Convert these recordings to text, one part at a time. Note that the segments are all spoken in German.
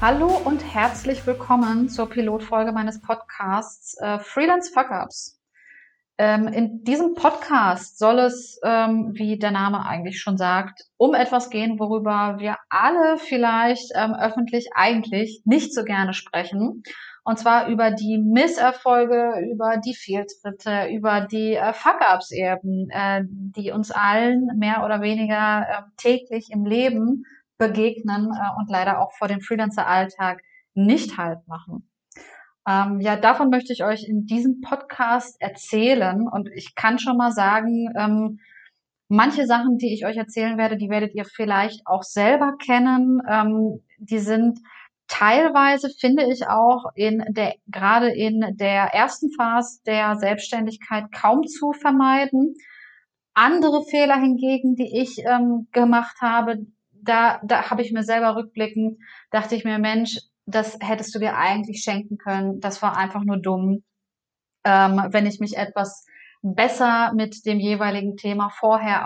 Hallo und herzlich willkommen zur Pilotfolge meines Podcasts Freelance Fuck-Ups. In diesem Podcast soll es, wie der Name eigentlich schon sagt, um etwas gehen, worüber wir alle vielleicht öffentlich eigentlich nicht so gerne sprechen. Und zwar über die Misserfolge, über die Fehltritte, über die Fuck-Ups eben, die uns allen mehr oder weniger täglich im Leben begegnen und leider auch vor dem Freelancer-Alltag nicht halt machen. Davon möchte ich euch in diesem Podcast erzählen und ich kann schon mal sagen, manche Sachen, die ich euch erzählen werde, die werdet ihr vielleicht auch selber kennen. Die sind teilweise, finde ich, auch gerade in der ersten Phase der Selbstständigkeit kaum zu vermeiden. Andere Fehler hingegen, die ich gemacht habe, da habe ich mir selber rückblickend, dachte ich mir, Mensch, das hättest du dir eigentlich schenken können. Das war einfach nur dumm. Wenn ich mich etwas besser mit dem jeweiligen Thema vorher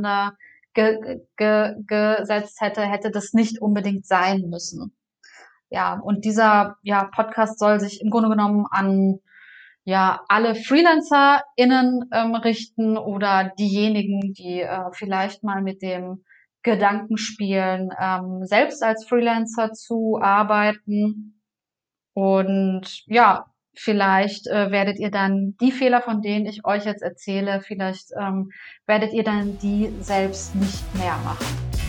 auseinandergesetzt hätte, hätte das nicht unbedingt sein müssen. Ja, und dieser Podcast soll sich im Grunde genommen an alle FreelancerInnen richten oder diejenigen, die vielleicht mal mit dem Gedanken spielen, selbst als Freelancer zu arbeiten. Und ja, vielleicht werdet ihr dann die Fehler, von denen ich euch jetzt erzähle, vielleicht werdet ihr dann die selbst nicht mehr machen.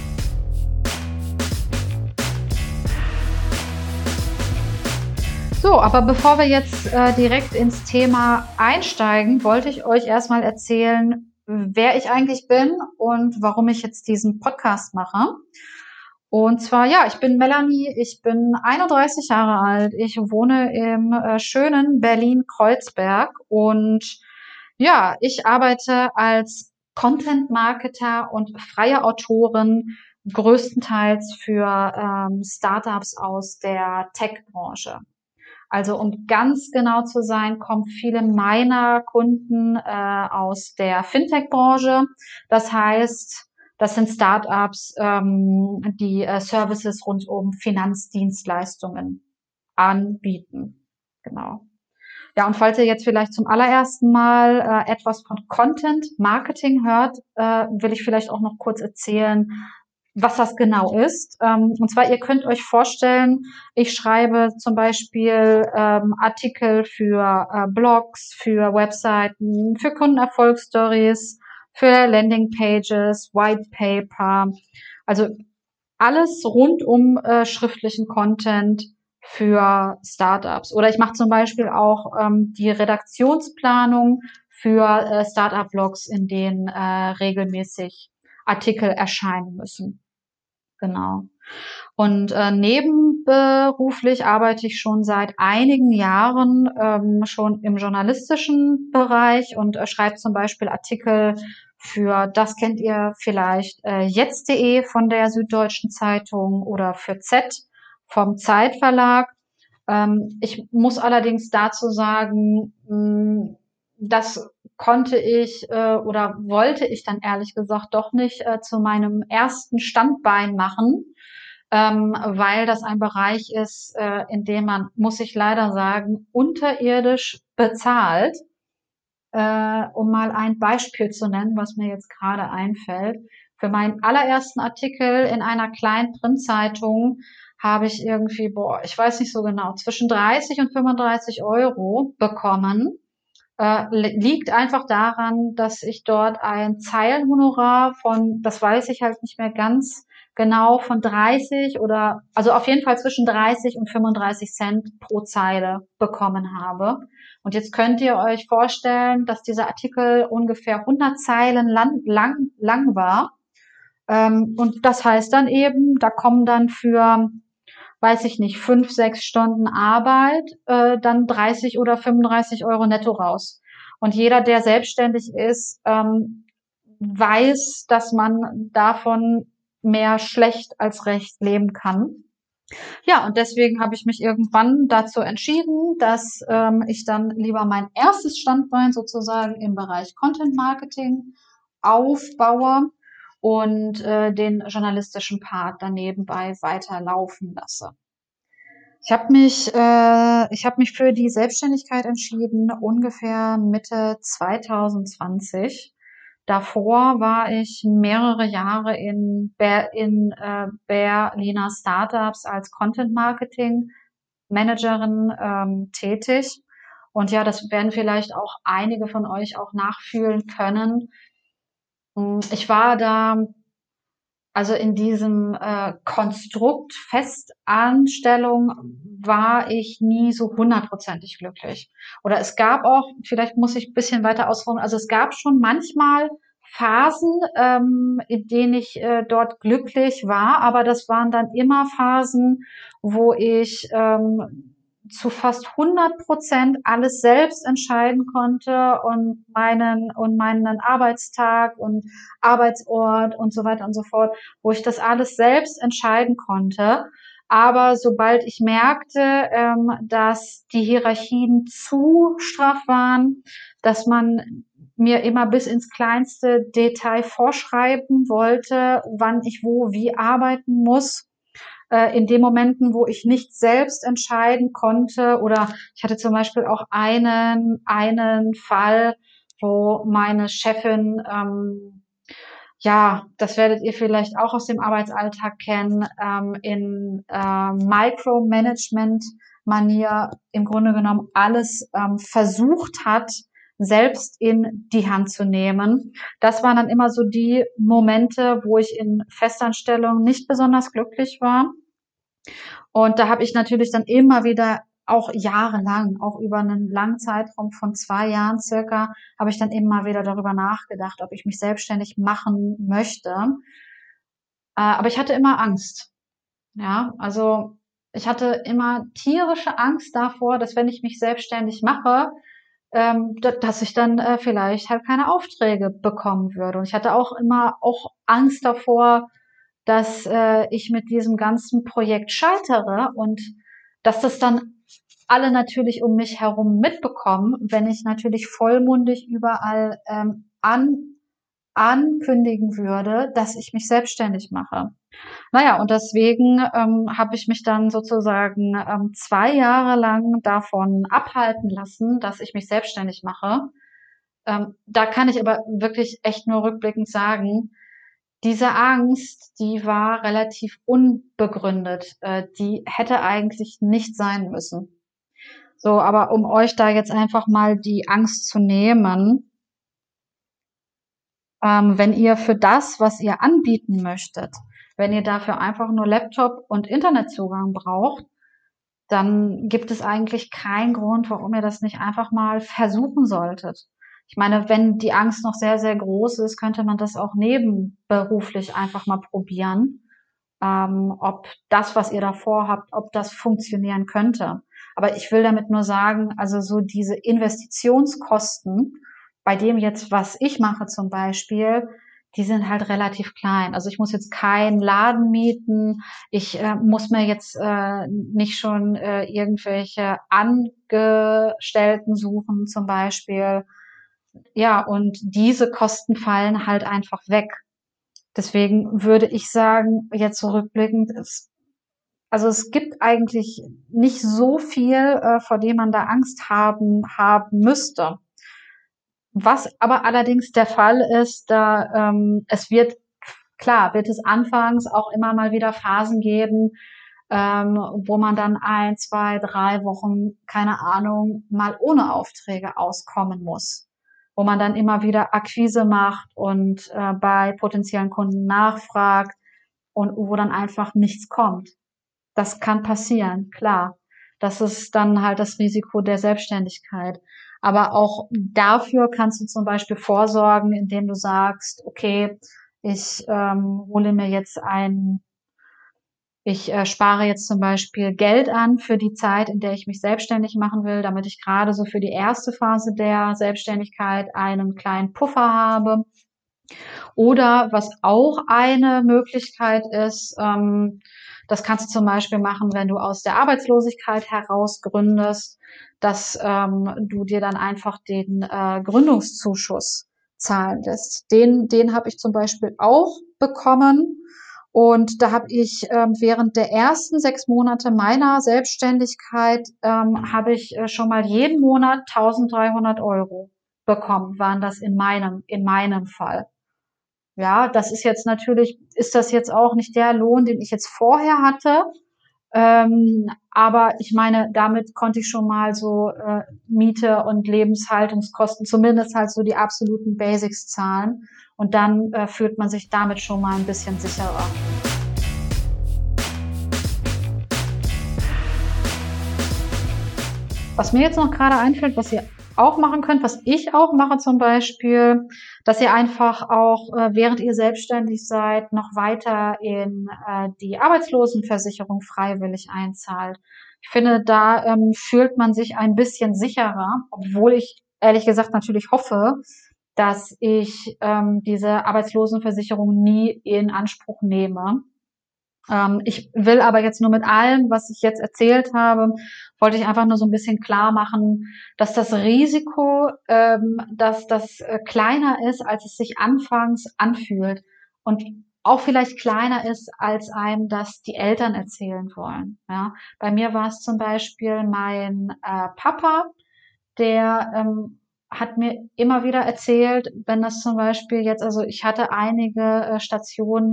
So, aber bevor wir jetzt direkt ins Thema einsteigen, wollte ich euch erstmal erzählen, wer ich eigentlich bin und warum ich jetzt diesen Podcast mache. Und zwar, ich bin Melanie, ich bin 31 Jahre alt, ich wohne im schönen Berlin-Kreuzberg und ich arbeite als Content-Marketer und freie Autorin größtenteils für Startups aus der Tech-Branche. Also um ganz genau zu sein, kommen viele meiner Kunden aus der Fintech-Branche. Das heißt, das sind Startups, die Services rund um Finanzdienstleistungen anbieten. Genau. Ja, und falls ihr jetzt vielleicht zum allerersten Mal etwas von Content Marketing hört, will ich vielleicht auch noch kurz erzählen, was das genau ist. Und zwar, ihr könnt euch vorstellen, ich schreibe zum Beispiel Artikel für Blogs, für Webseiten, für Kundenerfolgsstories, für Landingpages, White Paper, also alles rund um schriftlichen Content für Startups. Oder ich mache zum Beispiel auch die Redaktionsplanung für Startup-Blogs, in denen regelmäßig Artikel erscheinen müssen. Genau. Und nebenberuflich arbeite ich schon seit einigen Jahren schon im journalistischen Bereich und schreibe zum Beispiel Artikel für, das kennt ihr vielleicht, jetzt.de von der Süddeutschen Zeitung oder für Z vom Zeitverlag. Ich muss allerdings dazu sagen, das konnte ich oder wollte ich dann ehrlich gesagt doch nicht zu meinem ersten Standbein machen, weil das ein Bereich ist, in dem man, muss ich leider sagen, unterirdisch bezahlt. Um mal ein Beispiel zu nennen, was mir jetzt gerade einfällt. Für meinen allerersten Artikel in einer kleinen Printzeitung habe ich irgendwie, ich weiß nicht so genau, zwischen 30 und 35 Euro bekommen. Liegt einfach daran, dass ich dort ein Zeilenhonorar von, das weiß ich halt nicht mehr ganz genau, von 30 oder, also auf jeden Fall zwischen 30 und 35 Cent pro Zeile bekommen habe. Und jetzt könnt ihr euch vorstellen, dass dieser Artikel ungefähr 100 Zeilen lang war. Und das heißt dann eben, da kommen dann für, weiß ich nicht, 5, 6 Stunden Arbeit, dann 30 oder 35 Euro netto raus. Und jeder, der selbstständig ist, weiß, dass man davon mehr schlecht als recht leben kann. Ja, und deswegen habe ich mich irgendwann dazu entschieden, dass ich dann lieber mein erstes Standbein sozusagen im Bereich Content Marketing aufbaue und den journalistischen Part dann nebenbei weiterlaufen lasse. Ich habe mich für die Selbstständigkeit entschieden, ungefähr Mitte 2020. Davor war ich mehrere Jahre in Berliner Startups als Content Marketing Managerin tätig. Und ja, das werden vielleicht auch einige von euch auch nachfühlen können. Ich war da also in diesem Konstrukt Festanstellung war ich nie so hundertprozentig glücklich. Oder es gab auch, vielleicht muss ich ein bisschen weiter ausholen, also es gab schon manchmal Phasen, in denen ich dort glücklich war, aber das waren dann immer Phasen, wo ich zu fast 100% alles selbst entscheiden konnte und meinen Arbeitstag und Arbeitsort und so weiter und so fort, wo ich das alles selbst entscheiden konnte. Aber sobald ich merkte, dass die Hierarchien zu straff waren, dass man mir immer bis ins kleinste Detail vorschreiben wollte, wann ich wo wie arbeiten muss, in den Momenten, wo ich nicht selbst entscheiden konnte, oder ich hatte zum Beispiel auch einen Fall, wo meine Chefin ja, das werdet ihr vielleicht auch aus dem Arbeitsalltag kennen, in Micromanagement-Manier im Grunde genommen alles versucht hat, selbst in die Hand zu nehmen. Das waren dann immer so die Momente, wo ich in Festanstellung nicht besonders glücklich war. Und da habe ich natürlich dann immer wieder auch jahrelang, auch über einen langen Zeitraum von 2 Jahren circa, habe ich dann immer wieder darüber nachgedacht, ob ich mich selbstständig machen möchte. Aber ich hatte immer Angst. Ja, also ich hatte immer tierische Angst davor, dass wenn ich mich selbstständig mache, dass ich dann vielleicht halt keine Aufträge bekommen würde. Und ich hatte auch immer auch Angst davor, dass ich mit diesem ganzen Projekt scheitere und dass das dann alle natürlich um mich herum mitbekommen, wenn ich natürlich vollmundig überall ankündigen würde, dass ich mich selbstständig mache. Naja, und deswegen habe ich mich dann sozusagen 2 Jahre lang davon abhalten lassen, dass ich mich selbstständig mache. Da kann ich aber wirklich echt nur rückblickend sagen, diese Angst, die war relativ unbegründet. Die hätte eigentlich nicht sein müssen. So, aber um euch da jetzt einfach mal die Angst zu nehmen, wenn ihr für das, was ihr anbieten möchtet, wenn ihr dafür einfach nur Laptop und Internetzugang braucht, dann gibt es eigentlich keinen Grund, warum ihr das nicht einfach mal versuchen solltet. Ich meine, wenn die Angst noch sehr, sehr groß ist, könnte man das auch nebenberuflich einfach mal probieren, ob das, was ihr da vorhabt, ob das funktionieren könnte. Aber ich will damit nur sagen, also so diese Investitionskosten, bei dem jetzt, was ich mache zum Beispiel, die sind halt relativ klein. Also ich muss jetzt keinen Laden mieten, ich muss mir jetzt nicht schon irgendwelche Angestellten suchen zum Beispiel. Ja, und diese Kosten fallen halt einfach weg. Deswegen würde ich sagen, jetzt zurückblickend, also es gibt eigentlich nicht so viel, vor dem man da Angst haben müsste. Was aber allerdings der Fall ist, da es wird, klar, wird es anfangs auch immer mal wieder Phasen geben, wo man dann 1, 2, 3 Wochen, keine Ahnung, mal ohne Aufträge auskommen muss. Wo man dann immer wieder Akquise macht und bei potenziellen Kunden nachfragt und wo dann einfach nichts kommt. Das kann passieren, klar. Das ist dann halt das Risiko der Selbstständigkeit. Aber auch dafür kannst du zum Beispiel vorsorgen, indem du sagst, okay, ich hole mir jetzt ich spare jetzt zum Beispiel Geld an für die Zeit, in der ich mich selbstständig machen will, damit ich gerade so für die erste Phase der Selbstständigkeit einen kleinen Puffer habe. Oder was auch eine Möglichkeit ist, das kannst du zum Beispiel machen, wenn du aus der Arbeitslosigkeit heraus gründest, dass du dir dann einfach den Gründungszuschuss zahlen lässt. Den habe ich zum Beispiel auch bekommen. Und da habe ich während der ersten 6 Monate meiner Selbstständigkeit habe ich schon mal jeden Monat 1.300 € bekommen, waren das in meinem Fall. Ja, das ist jetzt natürlich, ist das jetzt auch nicht der Lohn, den ich jetzt vorher hatte. Aber ich meine, damit konnte ich schon mal so Miete und Lebenshaltungskosten, zumindest halt so die absoluten Basics zahlen. Und dann fühlt man sich damit schon mal ein bisschen sicherer. Was mir jetzt noch gerade einfällt, was ihr auch machen könnt, was ich auch mache zum Beispiel, dass ihr einfach auch, während ihr selbstständig seid, noch weiter in die Arbeitslosenversicherung freiwillig einzahlt. Ich finde, da fühlt man sich ein bisschen sicherer, obwohl ich ehrlich gesagt natürlich hoffe, dass ich diese Arbeitslosenversicherung nie in Anspruch nehme. Ich will aber jetzt nur mit allem, was ich jetzt erzählt habe, wollte ich einfach nur so ein bisschen klar machen, dass das Risiko, dass das kleiner ist, als es sich anfangs anfühlt und auch vielleicht kleiner ist, als einem das die Eltern erzählen wollen. Ja, bei mir war es zum Beispiel mein Papa, der hat mir immer wieder erzählt, wenn das zum Beispiel jetzt, also ich hatte einige Stationen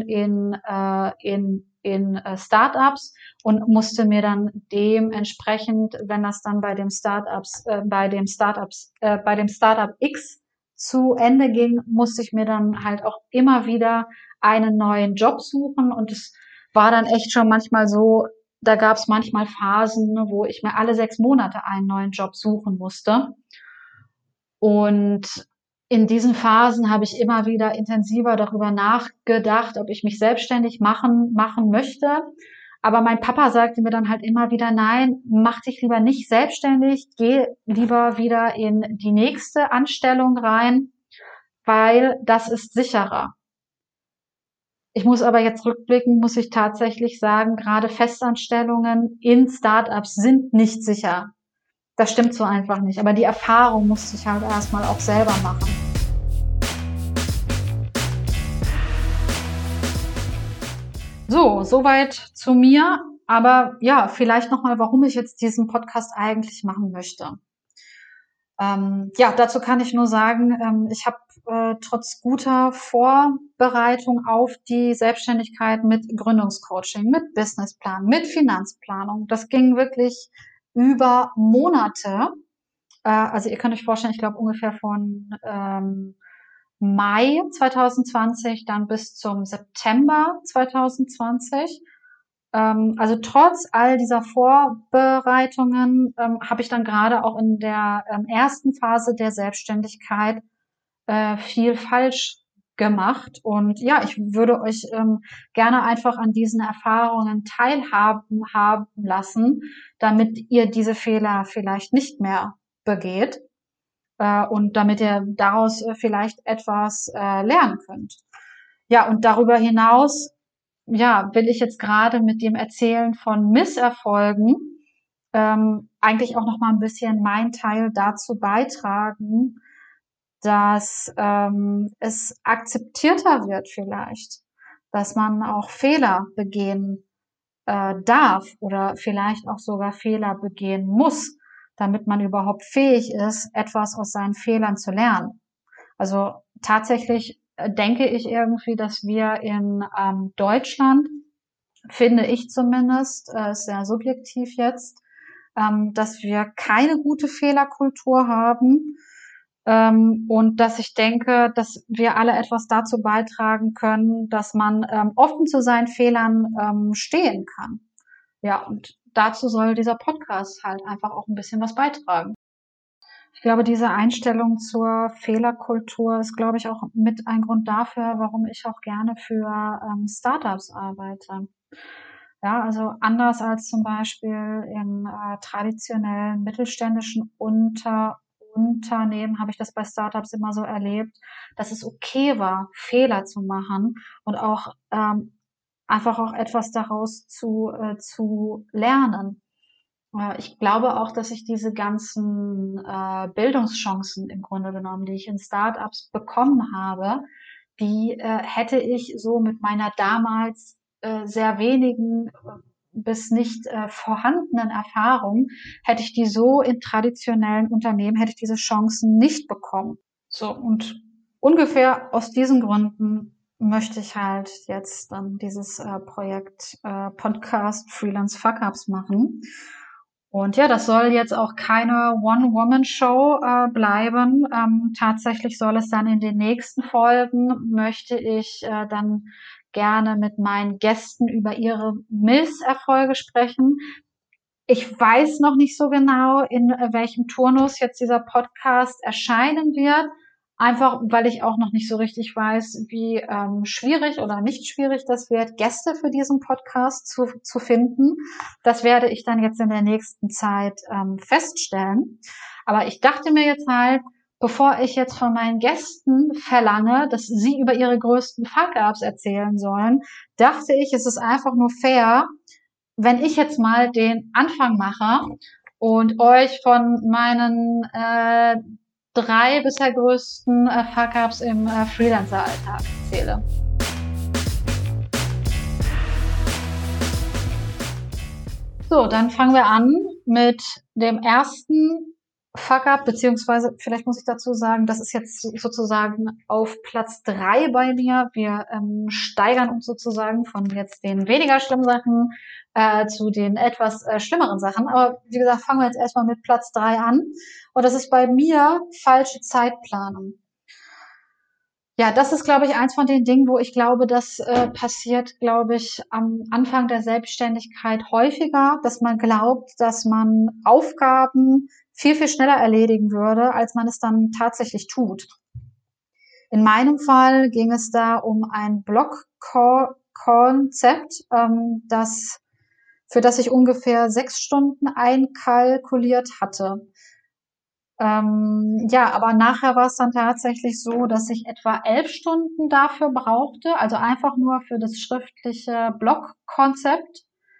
in Startups und musste mir dann dementsprechend, wenn das dann bei dem Startup X zu Ende ging, musste ich mir dann halt auch immer wieder einen neuen Job suchen und es war dann echt schon manchmal so, da gab es manchmal Phasen, ne, wo ich mir alle 6 Monate einen neuen Job suchen musste. Und in diesen Phasen habe ich immer wieder intensiver darüber nachgedacht, ob ich mich selbstständig machen möchte. Aber mein Papa sagte mir dann halt immer wieder, nein, mach dich lieber nicht selbstständig, geh lieber wieder in die nächste Anstellung rein, weil das ist sicherer. Ich muss aber jetzt rückblicken, muss ich tatsächlich sagen, gerade Festanstellungen in Startups sind nicht sicher. Das stimmt so einfach nicht. Aber die Erfahrung musste ich halt erstmal auch selber machen. So, soweit zu mir. Aber ja, vielleicht nochmal, warum ich jetzt diesen Podcast eigentlich machen möchte. Ja, dazu kann ich nur sagen, ich habe trotz guter Vorbereitung auf die Selbstständigkeit mit Gründungscoaching, mit Businessplan, mit Finanzplanung, das ging wirklich über Monate. Also ihr könnt euch vorstellen, ich glaube ungefähr von Mai 2020 dann bis zum September 2020. Also trotz all dieser Vorbereitungen habe ich dann gerade auch in der ersten Phase der Selbstständigkeit viel falsch gemacht. Und ja, ich würde euch gerne einfach an diesen Erfahrungen teilhaben haben lassen, damit ihr diese Fehler vielleicht nicht mehr begeht und damit ihr daraus vielleicht etwas lernen könnt. Ja, und darüber hinaus, ja, will ich jetzt gerade mit dem Erzählen von Misserfolgen eigentlich auch noch mal ein bisschen mein Teil dazu beitragen, dass es akzeptierter wird vielleicht, dass man auch Fehler begehen darf oder vielleicht auch sogar Fehler begehen muss, damit man überhaupt fähig ist, etwas aus seinen Fehlern zu lernen. Also tatsächlich denke ich irgendwie, dass wir in Deutschland, finde ich zumindest, ist sehr subjektiv jetzt, dass wir keine gute Fehlerkultur haben und dass ich denke, dass wir alle etwas dazu beitragen können, dass man offen zu seinen Fehlern stehen kann. Ja, und dazu soll dieser Podcast halt einfach auch ein bisschen was beitragen. Ich glaube, diese Einstellung zur Fehlerkultur ist, glaube ich, auch mit ein Grund dafür, warum ich auch gerne für Startups arbeite. Ja, also anders als zum Beispiel in traditionellen mittelständischen Unternehmen habe ich das bei Startups immer so erlebt, dass es okay war, Fehler zu machen und auch einfach auch etwas daraus zu lernen. Ich glaube auch, dass ich diese ganzen Bildungschancen im Grunde genommen, die ich in Startups bekommen habe, die hätte ich so mit meiner damals sehr wenigen bis nicht vorhandenen Erfahrung, hätte ich die so in traditionellen Unternehmen, hätte ich diese Chancen nicht bekommen. So, und ungefähr aus diesen Gründen möchte ich halt jetzt dann dieses Projekt Podcast Freelance Fuck-Ups machen. Und ja, das soll jetzt auch keine One-Woman-Show bleiben. Tatsächlich soll es dann in den nächsten Folgen, möchte ich dann gerne mit meinen Gästen über ihre Misserfolge sprechen. Ich weiß noch nicht so genau, in welchem Turnus jetzt dieser Podcast erscheinen wird. Einfach, weil ich auch noch nicht so richtig weiß, wie schwierig oder nicht schwierig das wird, Gäste für diesen Podcast zu finden. Das werde ich dann jetzt in der nächsten Zeit feststellen. Aber ich dachte mir jetzt halt, bevor ich jetzt von meinen Gästen verlange, dass sie über ihre größten Fuck-Ups erzählen sollen, dachte ich, es ist einfach nur fair, wenn ich jetzt mal den Anfang mache und euch von meinen 3 bisher größten Fuck-Ups im Freelancer-Alltag erzähle. So, dann fangen wir an mit dem ersten Fuck-Up, beziehungsweise vielleicht muss ich dazu sagen, das ist jetzt sozusagen auf Platz 3 bei mir. Wir steigern uns sozusagen von jetzt den weniger schlimmen Sachen zu den etwas schlimmeren Sachen. Aber wie gesagt, fangen wir jetzt erstmal mit Platz 3 an. Und das ist bei mir falsche Zeitplanung. Ja, das ist, glaube ich, eins von den Dingen, wo ich glaube, das passiert, glaube ich, am Anfang der Selbstständigkeit häufiger, dass man glaubt, dass man Aufgaben viel, viel schneller erledigen würde, als man es dann tatsächlich tut. In meinem Fall ging es da um ein Blog-Konzept, für das ich ungefähr 6 Stunden einkalkuliert hatte. Ja, aber nachher war es dann tatsächlich so, dass ich etwa 11 Stunden dafür brauchte, also einfach nur für das schriftliche Blog-Konzept.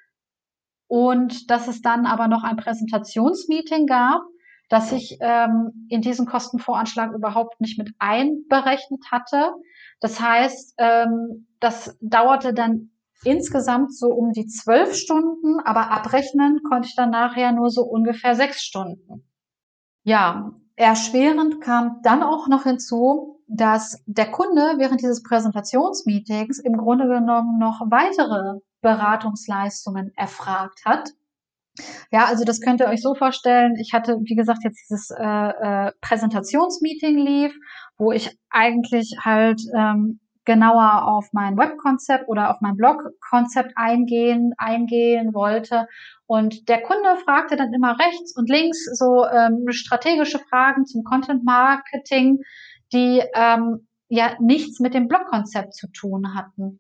Und dass es dann aber noch ein Präsentationsmeeting gab, das ich in diesen Kostenvoranschlag überhaupt nicht mit einberechnet hatte. Das heißt, das dauerte dann insgesamt so um die 12 Stunden, aber abrechnen konnte ich dann nachher nur so ungefähr 6 Stunden. Ja, erschwerend kam dann auch noch hinzu, dass der Kunde während dieses Präsentationsmeetings im Grunde genommen noch weitere Beratungsleistungen erfragt hat. Ja, also das könnt ihr euch so vorstellen. Ich hatte, wie gesagt, jetzt dieses Präsentationsmeeting lief, wo ich eigentlich halt genauer auf mein Webkonzept oder auf mein Blogkonzept eingehen wollte. Und der Kunde fragte dann immer rechts und links so strategische Fragen zum Content Marketing, die ja nichts mit dem Blogkonzept zu tun hatten.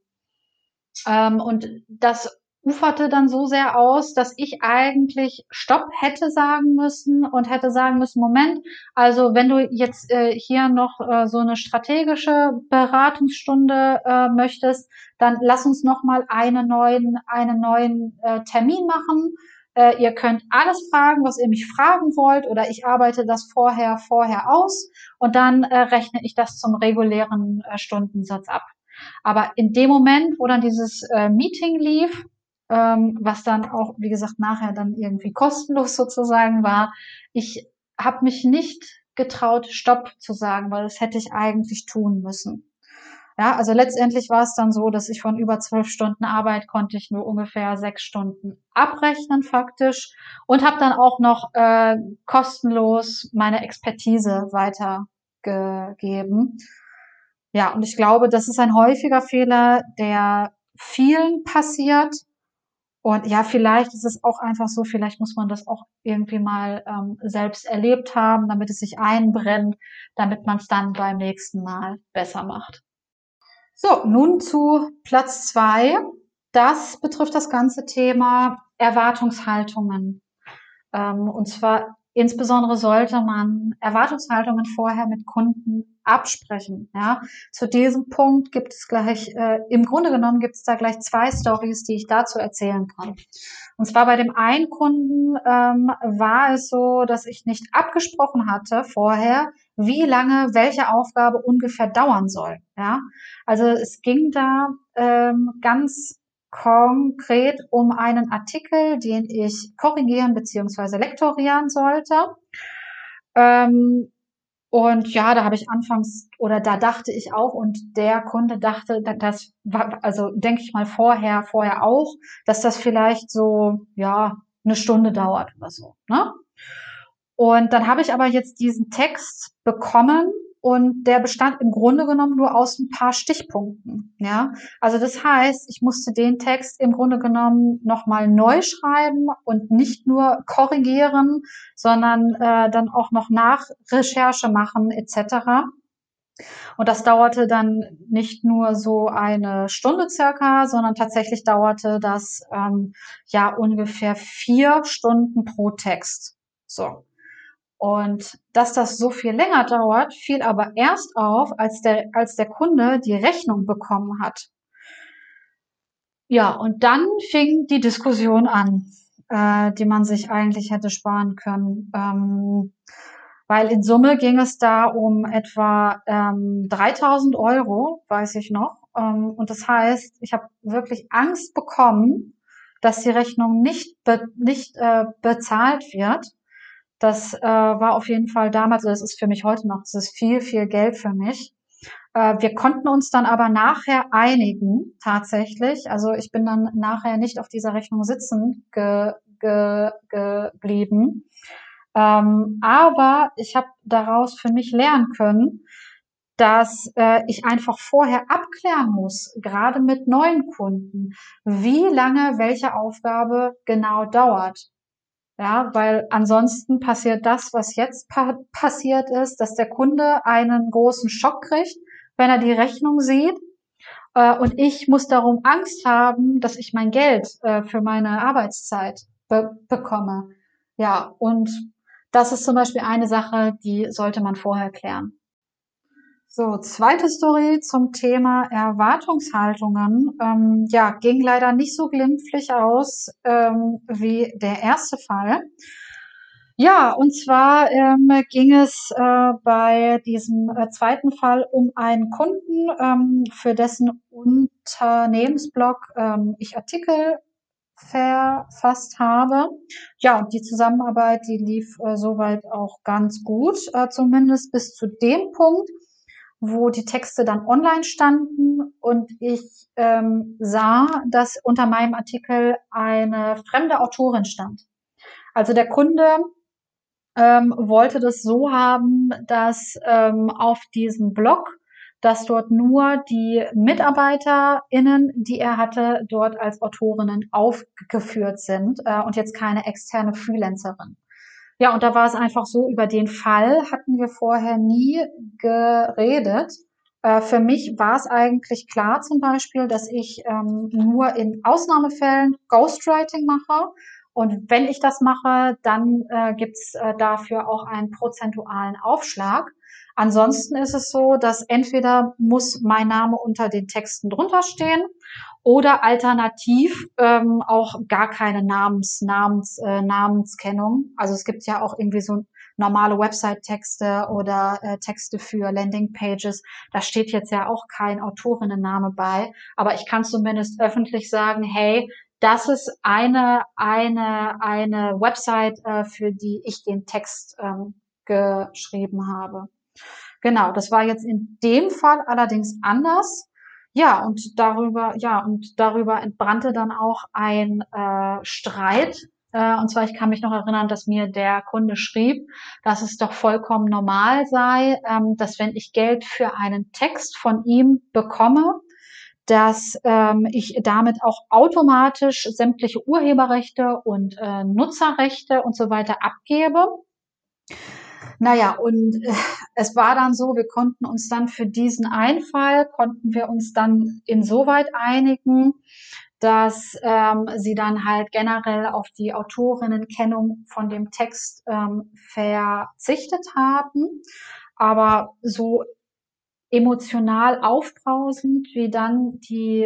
Und das uferte dann so sehr aus, dass ich eigentlich Stopp hätte sagen müssen und hätte sagen müssen, Moment, also wenn du jetzt hier noch so eine strategische Beratungsstunde möchtest, dann lass uns noch mal einen neuen Termin machen. Ihr könnt alles fragen, was ihr mich fragen wollt, oder ich arbeite das vorher aus und dann rechne ich das zum regulären Stundensatz ab. Aber in dem Moment, wo dann dieses Meeting lief, was dann auch, wie gesagt, nachher dann irgendwie kostenlos sozusagen war, ich habe mich nicht getraut, Stopp zu sagen, weil das hätte ich eigentlich tun müssen. Ja, also letztendlich war es dann so, dass ich von über 12 Stunden Arbeit konnte ich nur ungefähr 6 Stunden abrechnen faktisch und habe dann auch noch kostenlos meine Expertise weitergegeben. Ja, und ich glaube, das ist ein häufiger Fehler, der vielen passiert. Und ja, vielleicht ist es auch einfach so, vielleicht muss man das auch irgendwie mal selbst erlebt haben, damit es sich einbrennt, damit man es dann beim nächsten Mal besser macht. So, nun zu Platz 2. Das betrifft das ganze Thema Erwartungshaltungen. Und zwar insbesondere sollte man Erwartungshaltungen vorher mit Kunden absprechen. Ja, zu diesem Punkt gibt es gleich, im Grunde genommen gibt es da gleich 2 Stories, die ich dazu erzählen kann. Und zwar bei dem einen Kunden war es so, dass ich nicht abgesprochen hatte vorher, wie lange welche Aufgabe ungefähr dauern soll. Ja, also es ging da ganz konkret um einen Artikel, den ich korrigieren bzw. lektorieren sollte. Und ja, da habe ich anfangs oder da dachte ich auch und der Kunde dachte, das war, also denke ich mal vorher auch, dass das vielleicht so, ja, eine Stunde dauert oder so, ne? Und dann habe ich aber jetzt diesen Text bekommen und der bestand im Grunde genommen nur aus ein paar Stichpunkten, ja. Also das heißt, ich musste den Text im Grunde genommen nochmal neu schreiben und nicht nur korrigieren, sondern dann auch noch Nachrecherche machen etc. Und das dauerte dann nicht nur so eine Stunde circa, sondern tatsächlich dauerte das ja ungefähr 4 Stunden pro Text. So. Und dass das so viel länger dauert, fiel aber erst auf, als der Kunde die Rechnung bekommen hat. Ja, und dann fing die Diskussion an, die man sich eigentlich hätte sparen können. Weil in Summe ging es da um etwa 3.000 Euro, weiß ich noch. Und das heißt, ich habe wirklich Angst bekommen, dass die Rechnung nicht bezahlt wird. Das war auf jeden Fall damals, also das ist für mich heute noch, das ist viel, viel Geld für mich. Wir konnten uns dann aber nachher einigen, tatsächlich. Also ich bin dann nachher nicht auf dieser Rechnung sitzen geblieben. Aber ich habe daraus für mich lernen können, dass ich einfach vorher abklären muss, gerade mit neuen Kunden, wie lange welche Aufgabe genau dauert. Ja, weil ansonsten passiert das, was jetzt passiert ist, dass der Kunde einen großen Schock kriegt, wenn er die Rechnung sieht. Und ich muss darum Angst haben, dass ich mein Geld für meine Arbeitszeit bekomme. Ja, und das ist zum Beispiel eine Sache, die sollte man vorher klären. So, zweite Story zum Thema Erwartungshaltungen. Ja, ging leider nicht so glimpflich aus wie der erste Fall. Ja, und zwar ging es bei diesem zweiten Fall um einen Kunden, für dessen Unternehmensblog ich Artikel verfasst habe. Ja, und die Zusammenarbeit, die lief soweit auch ganz gut, zumindest bis zu dem Punkt, wo die Texte dann online standen und ich sah, dass unter meinem Artikel eine fremde Autorin stand. Also der Kunde wollte das so haben, dass auf diesem Blog, dass dort nur die MitarbeiterInnen, die er hatte, dort als Autorinnen aufgeführt sind und jetzt keine externe Freelancerin. Ja, und da war es einfach so, über den Fall hatten wir vorher nie geredet. Für mich war es eigentlich klar zum Beispiel, dass ich nur in Ausnahmefällen Ghostwriting mache. Und wenn ich das mache, dann gibt's dafür auch einen prozentualen Aufschlag. Ansonsten ist es so, dass entweder muss mein Name unter den Texten drunter stehen oder alternativ auch gar keine Namenskennung. Also es gibt ja auch irgendwie so normale Website-Texte oder Texte für Landing-Pages. Da steht jetzt ja auch kein Autorinnenname bei, aber ich kann zumindest öffentlich sagen, hey, das ist eine Website, für die ich den Text geschrieben habe. Genau, das war jetzt in dem Fall allerdings anders. Ja, und darüber entbrannte dann auch ein Streit. Und zwar, ich kann mich noch erinnern, dass mir der Kunde schrieb, dass es doch vollkommen normal sei, dass wenn ich Geld für einen Text von ihm bekomme, dass ich damit auch automatisch sämtliche Urheberrechte und Nutzerrechte und so weiter abgebe. Naja, und es war dann so, wir konnten uns dann für diesen Einfall, konnten wir uns dann insoweit einigen, dass sie dann halt generell auf die Autorinnenkennung von dem Text verzichtet haben. Aber so emotional aufbrausend, wie dann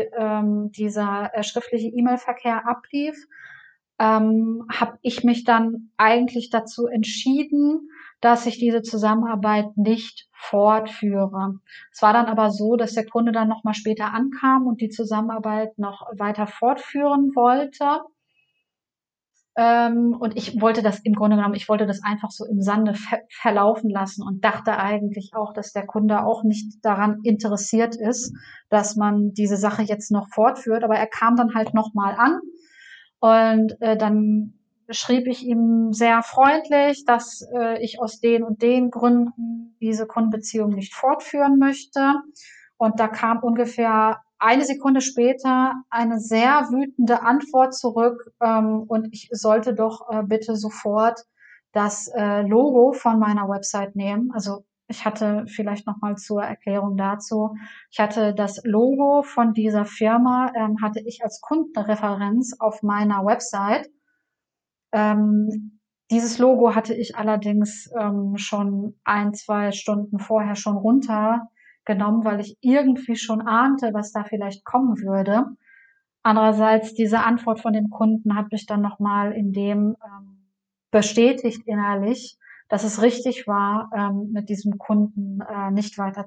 dieser schriftliche E-Mail-Verkehr ablief, habe ich mich dann eigentlich dazu entschieden, dass ich diese Zusammenarbeit nicht fortführe. Es war dann aber so, dass der Kunde dann nochmal später ankam und die Zusammenarbeit noch weiter fortführen wollte. Und ich wollte das im Grunde genommen, ich wollte das einfach so im Sande verlaufen lassen und dachte eigentlich auch, dass der Kunde auch nicht daran interessiert ist, dass man diese Sache jetzt noch fortführt. Aber er kam dann halt nochmal an und dann schrieb ich ihm sehr freundlich, dass ich aus den und den Gründen diese Kundenbeziehung nicht fortführen möchte. Und da kam ungefähr eine Sekunde später eine sehr wütende Antwort zurück, und ich sollte doch bitte sofort das Logo von meiner Website nehmen. Also ich hatte vielleicht noch mal zur Erklärung dazu. Ich hatte das Logo von dieser Firma, hatte ich als Kundenreferenz auf meiner Website. Dieses Logo hatte ich allerdings schon 1, 2 Stunden vorher schon runtergenommen, weil ich irgendwie schon ahnte, was da vielleicht kommen würde. Andererseits, diese Antwort von dem Kunden hat mich dann nochmal in dem bestätigt innerlich, dass es richtig war, mit diesem Kunden nicht weiter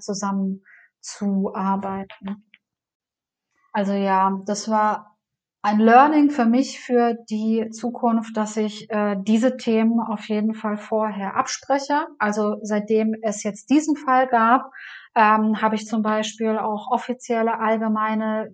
zusammenzuarbeiten. Also ja, das war ein Learning für mich für die Zukunft, dass ich diese Themen auf jeden Fall vorher abspreche. Also seitdem es jetzt diesen Fall gab, habe ich zum Beispiel auch offizielle allgemeine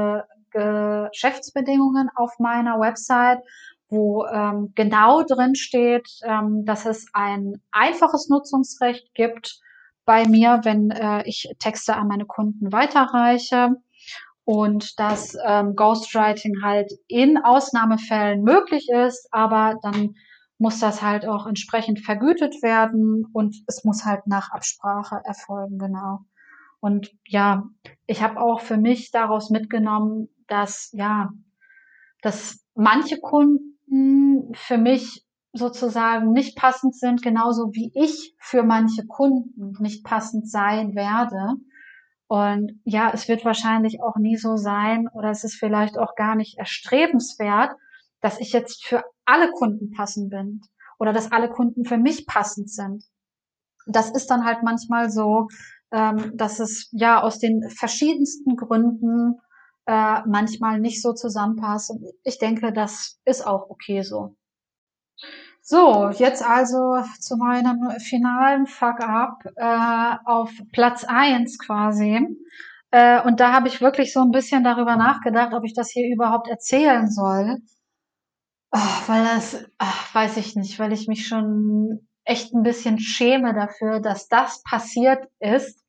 Geschäftsbedingungen auf meiner Website, wo genau drin steht, dass es ein einfaches Nutzungsrecht gibt bei mir, wenn ich Texte an meine Kunden weiterreiche, und dass Ghostwriting halt in Ausnahmefällen möglich ist, aber dann muss das halt auch entsprechend vergütet werden und es muss halt nach Absprache erfolgen, genau. Und ja, ich habe auch für mich daraus mitgenommen, dass ja, dass manche Kunden für mich sozusagen nicht passend sind, genauso wie ich für manche Kunden nicht passend sein werde. Und ja, es wird wahrscheinlich auch nie so sein oder es ist vielleicht auch gar nicht erstrebenswert, dass ich jetzt für alle Kunden passend bin oder dass alle Kunden für mich passend sind. Das ist dann halt manchmal so, dass es ja aus den verschiedensten Gründen manchmal nicht so zusammenpasst. Und ich denke, das ist auch okay so. So, jetzt also zu meinem finalen Fuck-up auf Platz 1 quasi. Und da habe ich wirklich so ein bisschen darüber nachgedacht, ob ich das hier überhaupt erzählen soll. Weil das, weiß ich nicht, weil ich mich schon echt ein bisschen schäme dafür, dass das passiert ist.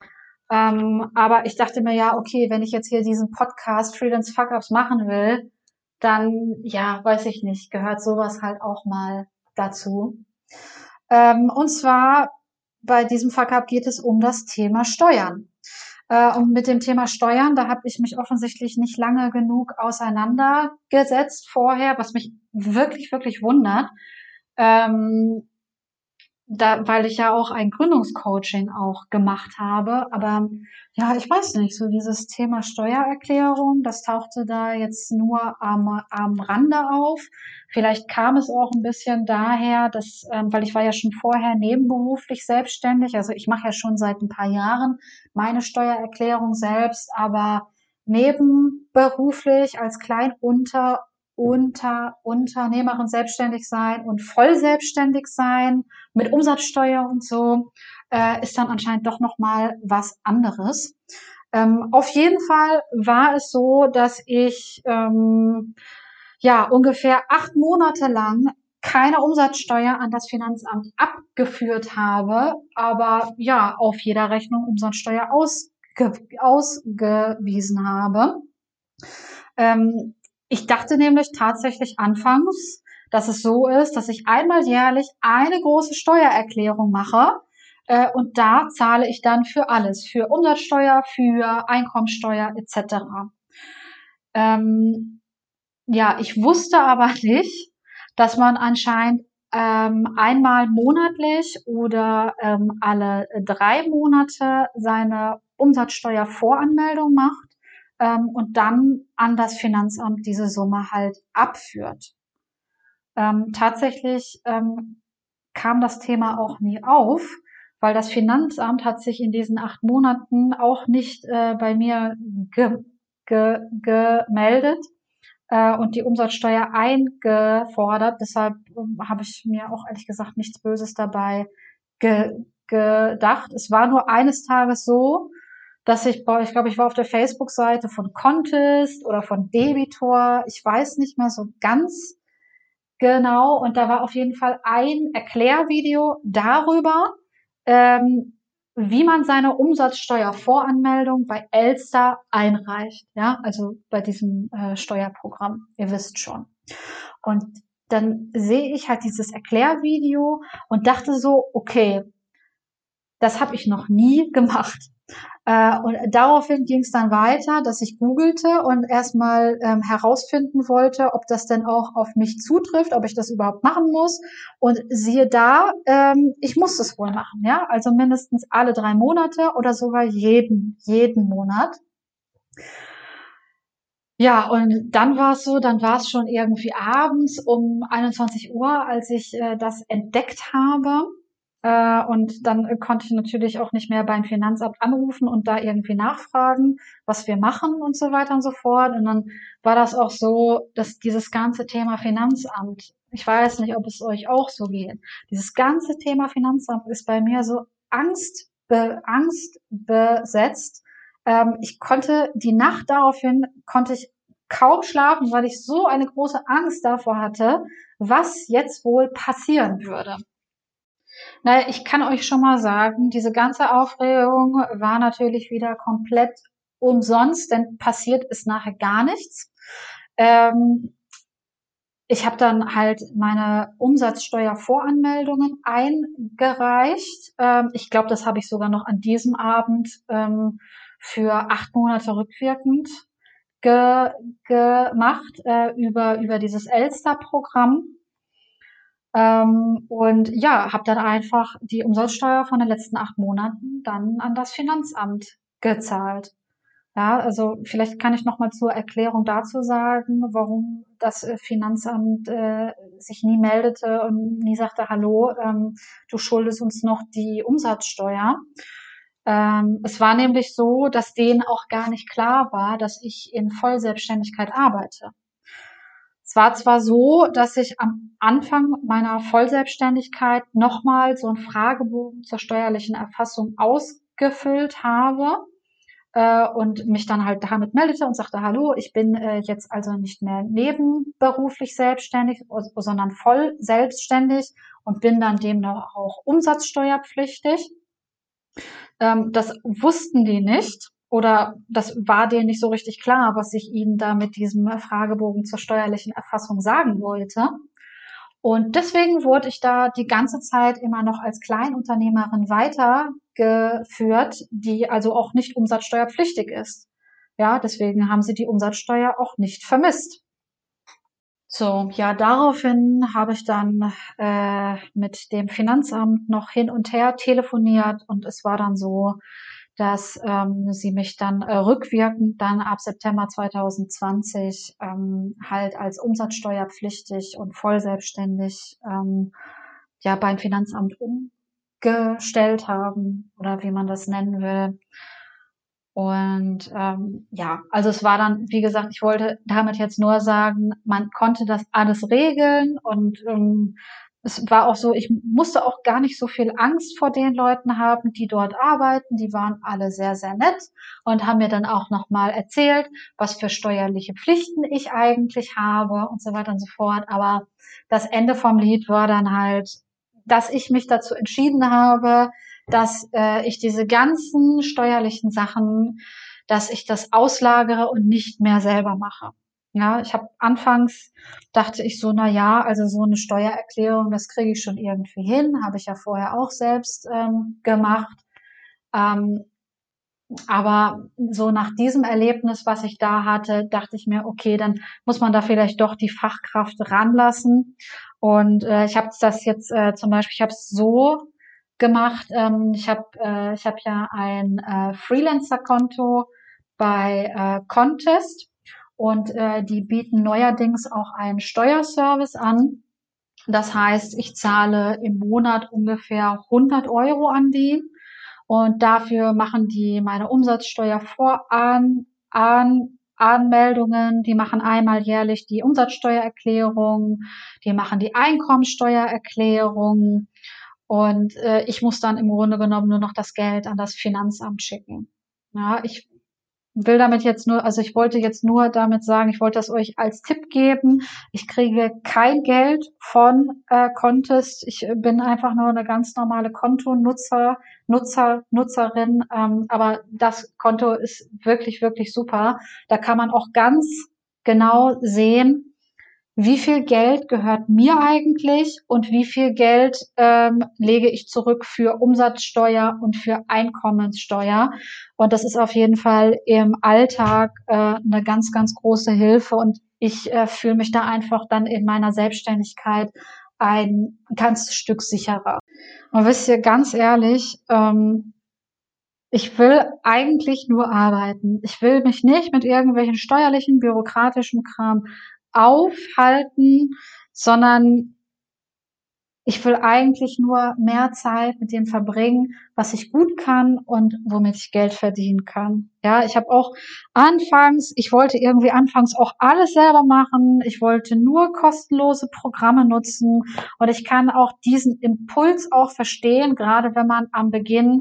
Aber ich dachte mir, ja, okay, wenn ich jetzt hier diesen Podcast Freelance Fuck-Ups machen will, dann, ja, weiß ich nicht, gehört sowas halt auch mal dazu. Und zwar bei diesem Fuck-Up geht es um das Thema Steuern. Und mit dem Thema Steuern, da habe ich mich offensichtlich nicht lange genug auseinandergesetzt vorher, was mich wirklich, wirklich wundert. Ähm, weil ich ja auch ein Gründungscoaching auch gemacht habe. Aber ja, ich weiß nicht, so dieses Thema Steuererklärung, das tauchte da jetzt nur am Rande auf. Vielleicht kam es auch ein bisschen daher, dass, weil ich war ja schon vorher nebenberuflich selbstständig, also ich mache ja schon seit ein paar Jahren meine Steuererklärung selbst, aber nebenberuflich als Unternehmerin selbstständig sein und voll selbstständig sein mit Umsatzsteuer und so, ist dann anscheinend doch nochmal was anderes. Auf jeden Fall war es so, dass ich ja ungefähr 8 Monate lang keine Umsatzsteuer an das Finanzamt abgeführt habe, aber ja auf jeder Rechnung Umsatzsteuer ausgewiesen habe. Ähm, Ich dachte nämlich tatsächlich anfangs, dass es so ist, dass ich einmal jährlich eine große Steuererklärung mache, und da zahle ich dann für alles, für Umsatzsteuer, für Einkommensteuer etc. Ähm, ja, ich wusste aber nicht, dass man anscheinend einmal monatlich oder alle 3 Monate seine Umsatzsteuervoranmeldung macht, und dann an das Finanzamt diese Summe halt abführt. Tatsächlich kam das Thema auch nie auf, weil das Finanzamt hat sich in diesen 8 Monaten auch nicht bei mir gemeldet und die Umsatzsteuer eingefordert. Deshalb habe ich mir auch ehrlich gesagt nichts Böses dabei gedacht. Es war nur eines Tages so, dass ich glaube, ich war auf der Facebook-Seite von Contest oder von Debitor. Ich weiß nicht mehr so ganz genau. Und da war auf jeden Fall ein Erklärvideo darüber, ähm, wie man seine Umsatzsteuervoranmeldung bei Elster einreicht. Ja, also bei diesem Steuerprogramm. Ihr wisst schon. Und dann sehe ich halt dieses Erklärvideo und dachte so, okay, das habe ich noch nie gemacht. Und daraufhin ging es dann weiter, dass ich googelte und erstmal herausfinden wollte, ob das denn auch auf mich zutrifft, ob ich das überhaupt machen muss. Und siehe da, ich muss das wohl machen, ja, also mindestens alle 3 Monate oder sogar jeden Monat. Ja, und dann war es so, dann war es schon irgendwie abends um 21 Uhr, als ich das entdeckt habe. Und dann konnte ich natürlich auch nicht mehr beim Finanzamt anrufen und da irgendwie nachfragen, was wir machen und so weiter und so fort. Und dann war das auch so, dass dieses ganze Thema Finanzamt, ich weiß nicht, ob es euch auch so geht, dieses ganze Thema Finanzamt ist bei mir so Angst besetzt. Ich konnte die Nacht daraufhin, konnte ich kaum schlafen, weil ich so eine große Angst davor hatte, was jetzt wohl passieren würde. Naja, ich kann euch schon mal sagen, diese ganze Aufregung war natürlich wieder komplett umsonst, denn passiert ist nachher gar nichts. Ähm, Ich habe dann halt meine Umsatzsteuervoranmeldungen eingereicht. Ich glaube, das habe ich sogar noch an diesem Abend für 8 Monate rückwirkend ge gemacht über dieses Elster-Programm. Und ja, habe dann einfach die Umsatzsteuer von den letzten 8 Monaten dann an das Finanzamt gezahlt. Ja, also vielleicht kann ich noch mal zur Erklärung dazu sagen, warum das Finanzamt sich nie meldete und nie sagte, hallo, du schuldest uns noch die Umsatzsteuer. Es war nämlich so, dass denen auch gar nicht klar war, dass ich in Vollselbstständigkeit arbeite. Es war zwar so, dass ich am Anfang meiner Vollselbstständigkeit nochmal so einen Fragebogen zur steuerlichen Erfassung ausgefüllt habe und mich dann halt damit meldete und sagte, hallo, ich bin jetzt also nicht mehr nebenberuflich selbstständig, sondern voll selbstständig und bin dann demnach auch umsatzsteuerpflichtig. Das wussten die nicht oder das war denen nicht so richtig klar, was ich ihnen da mit diesem Fragebogen zur steuerlichen Erfassung sagen wollte. Und deswegen wurde ich da die ganze Zeit immer noch als Kleinunternehmerin weitergeführt, die also auch nicht umsatzsteuerpflichtig ist. Ja, deswegen haben sie die Umsatzsteuer auch nicht vermisst. So, ja, daraufhin habe ich dann mit dem Finanzamt noch hin und her telefoniert und es war dann so, dass sie mich dann rückwirkend dann ab September 2020 halt als umsatzsteuerpflichtig und voll selbstständig ja beim Finanzamt umgestellt haben oder wie man das nennen will. Und ja, also es war dann, wie gesagt, ich wollte damit jetzt nur sagen, man konnte das alles regeln und es war auch so, ich musste auch gar nicht so viel Angst vor den Leuten haben, die dort arbeiten. Die waren alle sehr, sehr nett und haben mir dann auch nochmal erzählt, was für steuerliche Pflichten ich eigentlich habe und so weiter und so fort. Aber das Ende vom Lied war dann halt, dass ich mich dazu entschieden habe, dass ich diese ganzen steuerlichen Sachen, dass ich das auslagere und nicht mehr selber mache. Ja, ich habe anfangs dachte ich so, na ja, also so eine Steuererklärung, das kriege ich schon irgendwie hin, habe ich ja vorher auch selbst gemacht. Ähm, aber so nach diesem Erlebnis, was ich da hatte, dachte ich mir, okay, dann muss man da vielleicht doch die Fachkraft ranlassen. Und ich habe das jetzt zum Beispiel, ich habe es so gemacht. Ich hab ja ein Freelancer-Konto bei Contest und die bieten neuerdings auch einen Steuerservice an. Das heißt, ich zahle im Monat ungefähr 100 Euro an die und dafür machen die meine Anmeldungen, die machen einmal jährlich die Umsatzsteuererklärung, die machen die Einkommensteuererklärung und ich muss dann im Grunde genommen nur noch das Geld an das Finanzamt schicken. Ja, ich wollte jetzt nur damit sagen, ich wollte das euch als Tipp geben. Ich kriege kein Geld von Contest. Ich bin einfach nur eine ganz normale Nutzerin. Aber das Konto ist wirklich, wirklich super. Da kann man auch ganz genau sehen, wie viel Geld gehört mir eigentlich und wie viel Geld lege ich zurück für Umsatzsteuer und für Einkommenssteuer. Und das ist auf jeden Fall im Alltag eine ganz, ganz große Hilfe. Und ich fühle mich da einfach dann in meiner Selbstständigkeit ein ganzes Stück sicherer. Und wisst ihr, ganz ehrlich, ich will eigentlich nur arbeiten. Ich will mich nicht mit irgendwelchen steuerlichen, bürokratischen Kram aufhalten, sondern ich will eigentlich nur mehr Zeit mit dem verbringen, was ich gut kann und womit ich Geld verdienen kann. Ja, ich habe auch ich wollte irgendwie anfangs auch alles selber machen. Ich wollte nur kostenlose Programme nutzen und ich kann auch diesen Impuls auch verstehen, gerade wenn man am Beginn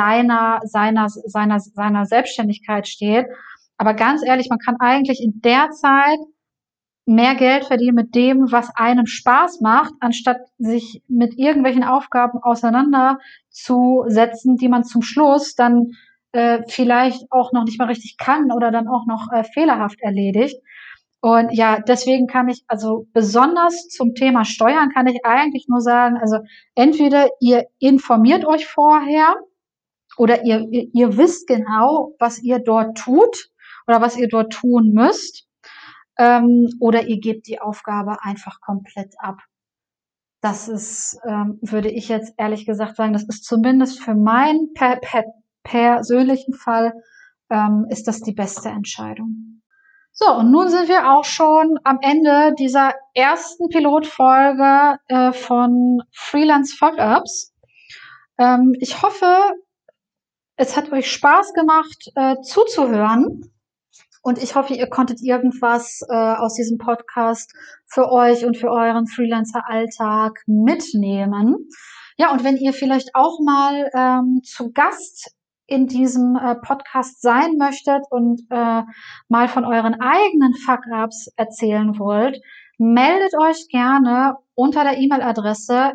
seiner Selbstständigkeit steht. Aber ganz ehrlich, man kann eigentlich in der Zeit mehr Geld verdienen mit dem, was einem Spaß macht, anstatt sich mit irgendwelchen Aufgaben auseinanderzusetzen, die man zum Schluss dann vielleicht auch noch nicht mal richtig kann oder dann auch noch fehlerhaft erledigt. Und ja, deswegen kann ich, also besonders zum Thema Steuern kann ich eigentlich nur sagen, also entweder ihr informiert euch vorher oder ihr wisst genau, was ihr dort tut oder was ihr dort tun müsst, oder ihr gebt die Aufgabe einfach komplett ab. Das ist, würde ich jetzt ehrlich gesagt sagen, das ist zumindest für meinen persönlichen Fall, ist das die beste Entscheidung. So, und nun sind wir auch schon am Ende dieser ersten Pilotfolge von Freelance Fuck-Ups. Ich hoffe, es hat euch Spaß gemacht zuzuhören. Und ich hoffe, ihr konntet irgendwas aus diesem Podcast für euch und für euren Freelancer-Alltag mitnehmen. Ja, und wenn ihr vielleicht auch mal zu Gast in diesem Podcast sein möchtet und mal von euren eigenen Fuck-Ups erzählen wollt, meldet euch gerne unter der E-Mail-Adresse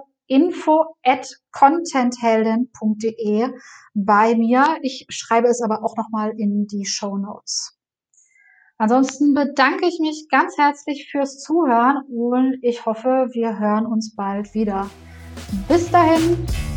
info@contentheldin.de bei mir. Ich schreibe es aber auch nochmal in die Shownotes. Ansonsten bedanke ich mich ganz herzlich fürs Zuhören und ich hoffe, wir hören uns bald wieder. Bis dahin.